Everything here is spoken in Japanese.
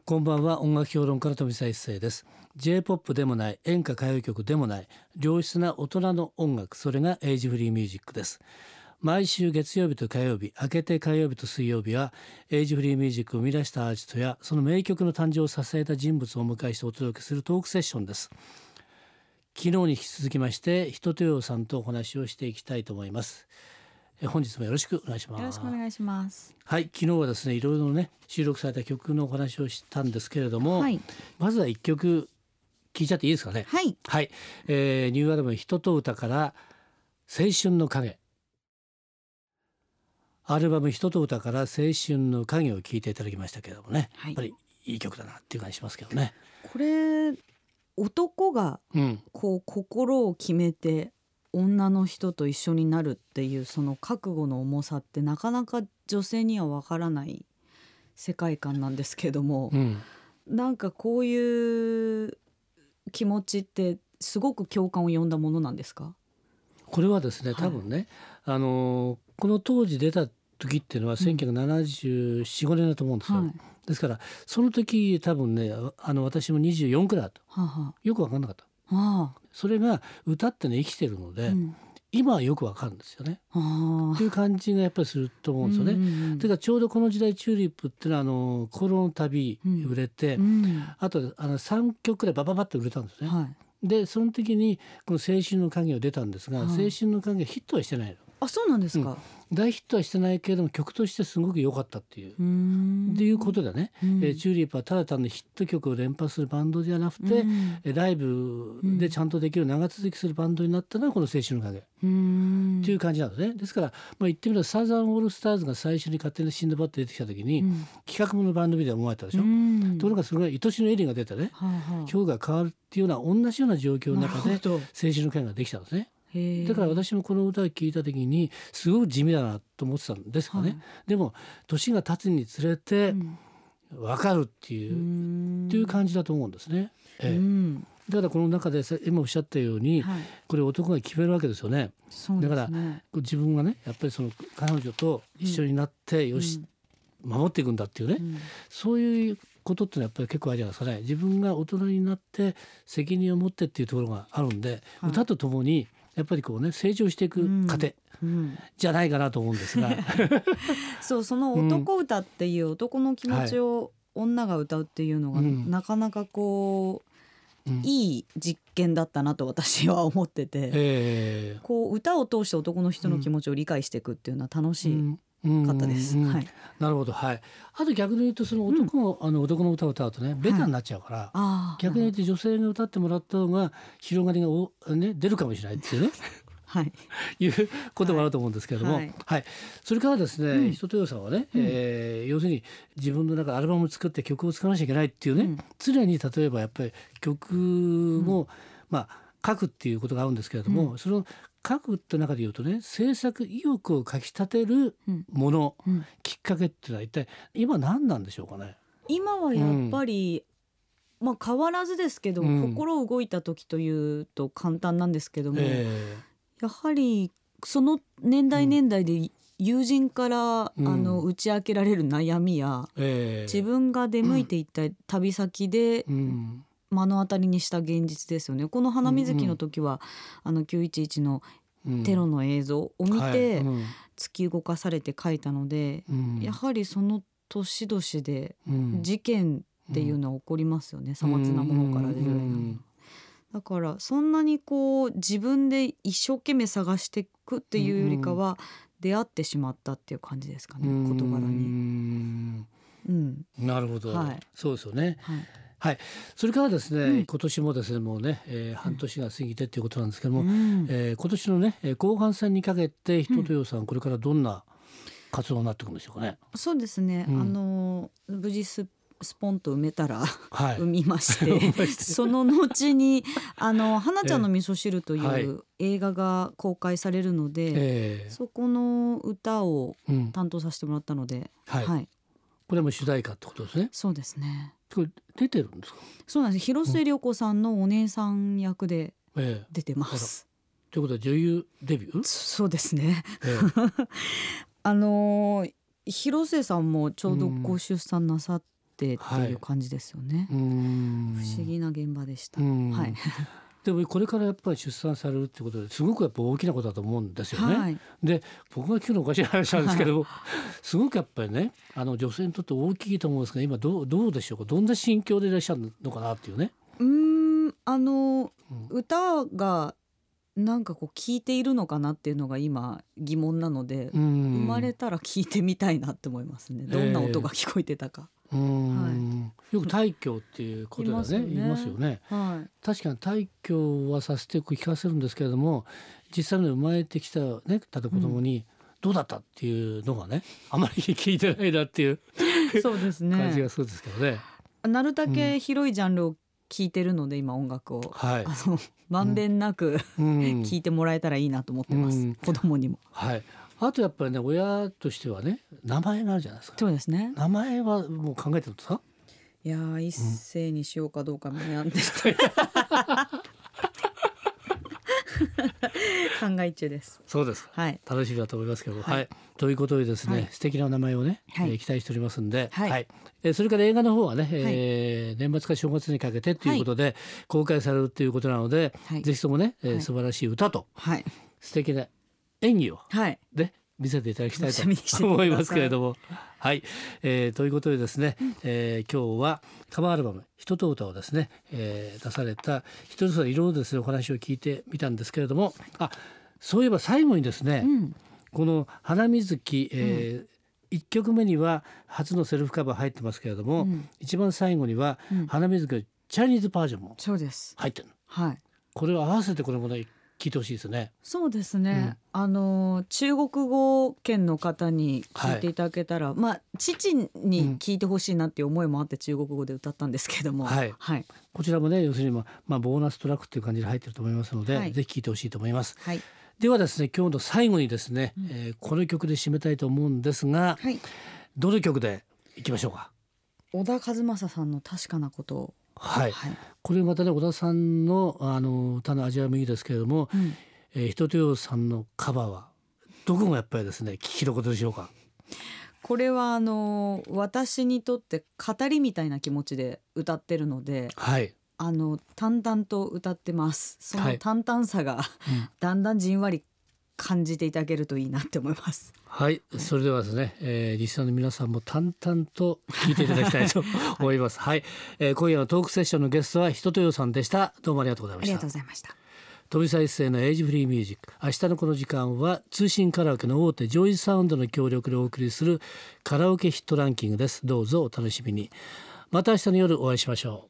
こんばんは。音楽評論家の富澤一世です。 J-POP でもない演歌歌謡曲でもない良質な大人の音楽、それがエイジフリーミュージックです。毎週月曜日と火曜日、明けて火曜日と水曜日はエイジフリーミュージックを生み出したアーティストやその名曲の誕生を支えた人物をお迎えしてお届けするトークセッションです。昨日に引き続きまして人とよさんとお話をしていきたいと思います。本日もよろしくお願いします。 よろしくお願いします。 はい、昨日はですね、いろいろね収録された曲のお話をしたんですけれども、 はい、 まずは一曲聴いちゃっていいですかね。 はい、 はい、ニューアルバム人と歌から青春の影、アルバム人と歌から青春の影を聴いていただきましたけれどもね、 はい、 やっぱりいい曲だなっていう感じしますけどね。 これ男がこう心を決めて女の人と一緒になるっていうその覚悟の重さってなかなか女性にはわからない世界観なんですけども、なんかこういう気持ちってすごく共感を呼んだものなんですか？ これはですね、多分ね、この当時出た時っていうのは1974、5年だと思うんですよ。ですからその時多分ね、私も24くらいだと、よく分かんなかった。それが歌ってね生きてるので、今はよくわかるんですよねっていう感じがやっぱりすると思うんですよね。だからちょうどこの時代チューリップっていうのは心の旅売れて、あと3曲くらいバババッと売れたんですね。でその時にこの青春の影を出たんですが、青春の影はヒットはしてないの。 あ、そうなんですか。 大ヒットはしてないけれども曲としてすごく良かったっていうことでね、チューリップはただ単にヒット曲を連発するバンドじゃなくて、ライブでちゃんとできる長続きするバンドになったのはこの青春の影っていう感じなんですね。ですから、言ってみればサザンオールスターズが最初に勝手にシンドバッド出てきた時に、企画ものバンドみたいに思われたでしょ。ところがそれが愛しのエリーが出てね、曲が変わるっていうような同じような状況の中で青春の影ができたんですね。だから私もこの歌を聴いた時にすごく地味だなと思ってたんですがね、でも年が経つにつれて分かるっていう感じだと思うんですね。だからこの中で今おっしゃったように、これ男が決めるわけですよね。だから自分がねやっぱりその彼女と一緒になってよし、守っていくんだっていうね、そういうことってのはやっぱり結構あるじゃないですかね。自分が大人になって責任を持ってっていうところがあるんで、歌とともにやっぱりこうね成長していく過程じゃないかなと思うんですが、 その男歌っていう男の気持ちを女が歌うっていうのが、なかなかこう、いい実験だったなと私は思ってて、こう歌を通して男の人の気持ちを理解していくっていうのは楽しいかったです。 なるほど。あと逆に言うとその男の歌を歌うとねベタになっちゃうから、逆に言って女性が歌ってもらった方が広がりが出るかもしれないっていうねいうこともあると思うんですけれども、それからですね、人とよさんはね、要するに自分の中でアルバムを作って曲を作らなきゃいけないっていうね、常に例えばやっぱり曲も書くっていうことがあるんですけれども、その書くって中で言うとね、制作意欲をかきたてるもの、きっかけっていうのは一体今何なんでしょうかね。 今はやっぱり、変わらずですけど、心動いた時というと簡単なんですけども、やはりその年代で友人から、打ち明けられる悩みや、自分が出向いていった旅先で、目の当たりにした現実ですよね。この花水木の時は911のテロの映像を見て突き動かされて書いたので、やはりその年々で事件っていうのは起こりますよね。さまつなものから従来なもの。だからそんなにこう自分で一生懸命探していくっていうよりかは、出会ってしまったっていう感じですかね、事柄に。 なるほど、そうですよね。それからですね、今年もですねもうね、半年が過ぎてっていうことなんですけども、今年のね後半戦にかけて人とよさん、これからどんな活動になっていくんでしょうかね。 そうですね、無事スポンと埋めたら、埋みましてその後に花ちゃんの味噌汁という映画が公開されるので、そこの歌を担当させてもらったので、 これも主題歌ってことですね。 そうですね。 これ出てるんですか？ そうなんです。広末涼子さんのお姉さん役で出てます。 ということは女優デビュー？ そうですね。広末さんもちょうどご出産なさっってっていう感じですよね。不思議な現場でした。はい。 でもこれからやっぱり出産されるってことですごくやっぱ大きなことだと思うんですよね。はい、で僕が聞くのおかしい話なんですけどすごくやっぱりね女性にとって大きいと思うんですが今どうでしょうか。どんな心境でいらっしゃるのかなっていうね。 歌がなんかこう聞いているのかなっていうのが今疑問なので、生まれたら聞いてみたいなって思いますね。どんな音が聞こえてたか。 よく胎教っていうことだね、言いますよね。確かに胎教はさせて聞かせるんですけれども、実際に生まれてきたねた子供にどうだったっていうのがね、あまり聞いてないなっていうそうですね感じがするんですけどね。 なるだけ広いジャンルを聞いてるので今音楽を、まんべんなく聞いてもらえたらいいなと思ってます、子供にも。 あとやっぱりね親としてはね名前があるじゃないですか。 そうですね。 名前はもう考えてるんですか。 いや一斉にしようかどうか悩んで考え中です。 そうですか。楽しみだと思いますけども、ということでですね、素敵な名前をね、期待しておりますんで、それから映画の方はね、年末か正月にかけてということで公開されるということなので、ぜひともね、素晴らしい歌と、素敵な演技を、ね見せていただきたいと思いますけれども、ということでですね、今日はカバーアルバム「人と歌」をですね、出された人といろいろですねお話を聞いてみたんですけれども、そういえば最後にですね、この「花水木」1曲目には初のセルフカバー入ってますけれども、一番最後には「花水木」チャイニーズバージョンも入ってるの。これを合わせてこれもね聞いてほしいですね。 そうですね、中国語圏の方に聞いていただけたら、父に聞いてほしいなっていう思いもあって中国語で歌ったんですけども、 こちらもね要するにボーナストラックっていう感じで入ってると思いますので、ぜひ聞いてほしいと思います。ではですね今日の最後にですね、この曲で締めたいと思うんですが、どの曲でいきましょうか。 小田和正さんの確かなことを。 これまたね小田さんの歌の味わいもいいですけれども、人とよさんのカバーはどこがやっぱりですね聞きどころでしょうか。 これは私にとって語りみたいな気持ちで歌ってるので、淡々と歌ってます。その淡々さが、だんだんじんわり感じていただけるといいなって思います。 それではですね、リスナーの皆さんも淡々と聞いていただきたいと思います。今夜のトークセッションのゲストは人とよさんでした。どうもありがとうございました。 ありがとうございました。 富澤一世のエイジフリーミュージック、明日のこの時間は通信カラオケの大手ジョイサウンドの協力でお送りするカラオケヒットランキングです。どうぞお楽しみに。また明日の夜お会いしましょう。